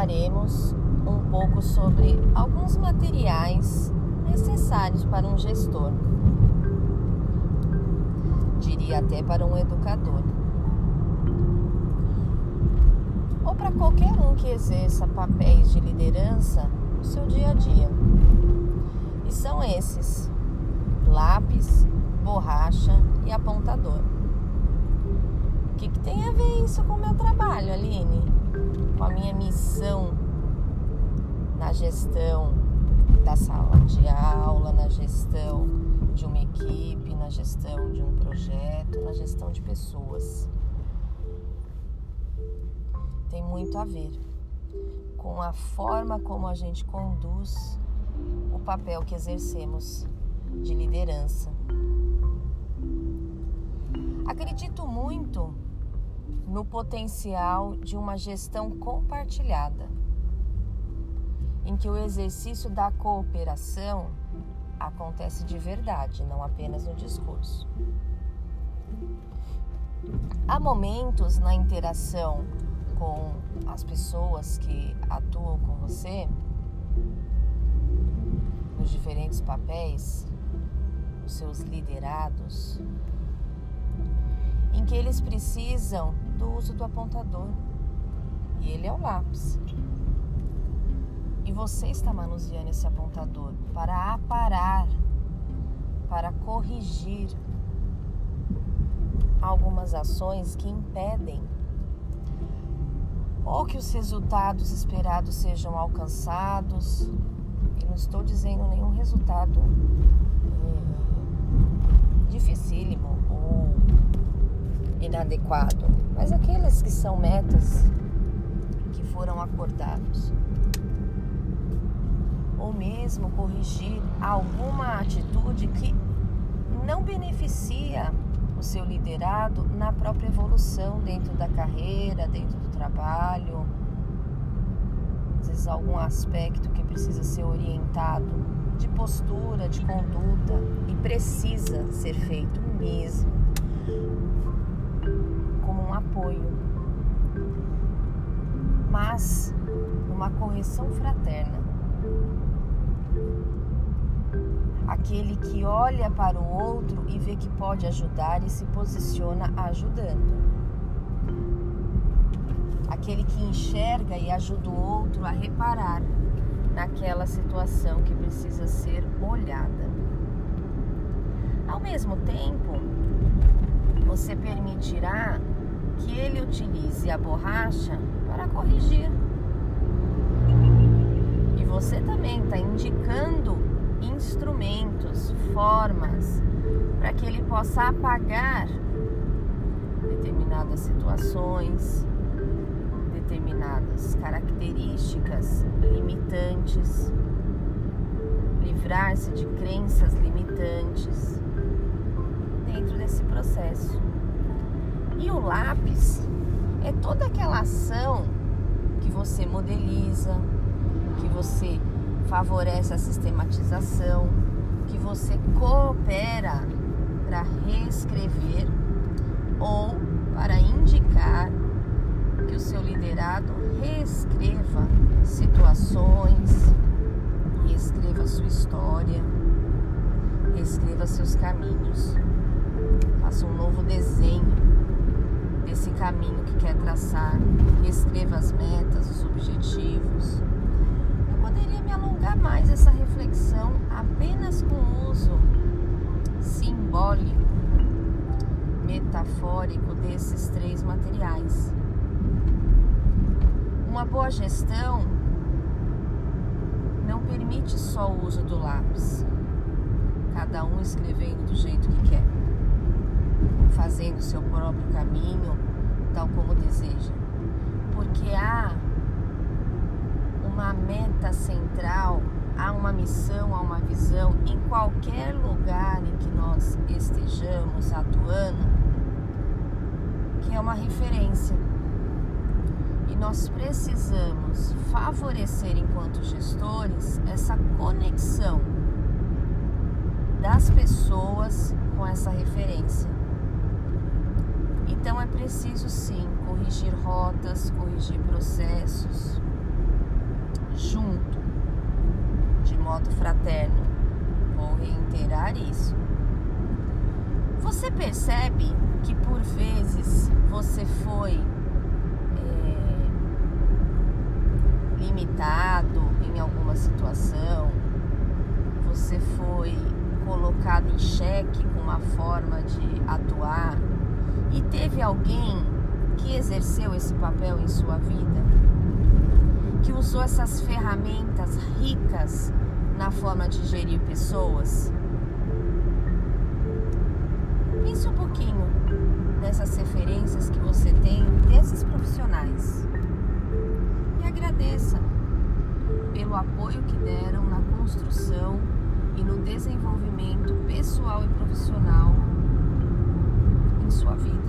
falaremos um pouco sobre alguns materiais necessários para um gestor, diria até para um educador, ou para qualquer um que exerça papéis de liderança no seu dia a dia. E são esses: lápis, borracha e apontador. O que tem a ver isso com o meu trabalho, Aline? Com a minha missão na gestão da sala de aula, na gestão de uma equipe, na gestão de um projeto, na gestão de pessoas. Tem muito a ver com a forma como a gente conduz o papel que exercemos de liderança. Acredito muito no potencial de uma gestão compartilhada, em que o exercício da cooperação acontece de verdade, não apenas no discurso. Há momentos na interação com as pessoas que atuam com você, nos diferentes papéis, os seus liderados, em que eles precisam do uso do apontador, e ele é o lápis. E você está manuseando esse apontador para aparar, para corrigir algumas ações que impedem ou que os resultados esperados sejam alcançados. E não estou dizendo nenhum resultado dificílimo ou inadequado, mas aqueles que são metas que foram acordados. Ou mesmo corrigir alguma atitude que não beneficia o seu liderado na própria evolução dentro da carreira, dentro do trabalho. Às vezes algum aspecto que precisa ser orientado de postura, de conduta, e precisa ser feito mesmo como um apoio, mas numa correção fraterna. Aquele que olha para o outro e vê que pode ajudar e se posiciona ajudando. Aquele que enxerga e ajuda o outro a reparar naquela situação que precisa ser olhada. Ao mesmo tempo, você permitirá que ele utilize a borracha para corrigir. E você também está indicando instrumentos, formas, para que ele possa apagar determinadas situações, determinadas características limitantes, livrar-se de crenças limitantes dentro desse processo. E o lápis é toda aquela ação que você modeliza, que você favorece a sistematização, que você coopera para reescrever ou para indicar que o seu liderado reescreva situações, reescreva sua história, reescreva seus caminhos, faça um novo desenho desse caminho que quer traçar, reescreva as metas, os objetivos. Poderia me alongar mais essa reflexão apenas com o uso simbólico, metafórico desses três materiais. Uma boa gestão não permite só o uso do lápis, cada um escrevendo do jeito que quer, fazendo o seu próprio caminho, tal como deseja, porque há uma meta central, há uma missão, há uma visão em qualquer lugar em que nós estejamos atuando, que é uma referência. E nós precisamos favorecer, enquanto gestores, essa conexão das pessoas com essa referência. Então é preciso sim corrigir rotas, corrigir processos, junto, de modo fraterno. Vou reiterar isso. Você percebe que por vezes você foi limitado em alguma situação, você foi colocado em xeque com uma forma de atuar e teve alguém que exerceu esse papel em sua vida, que usou essas ferramentas ricas na forma de gerir pessoas? Pense um pouquinho nessas referências que você tem desses profissionais e agradeça pelo apoio que deram na construção e no desenvolvimento pessoal e profissional em sua vida.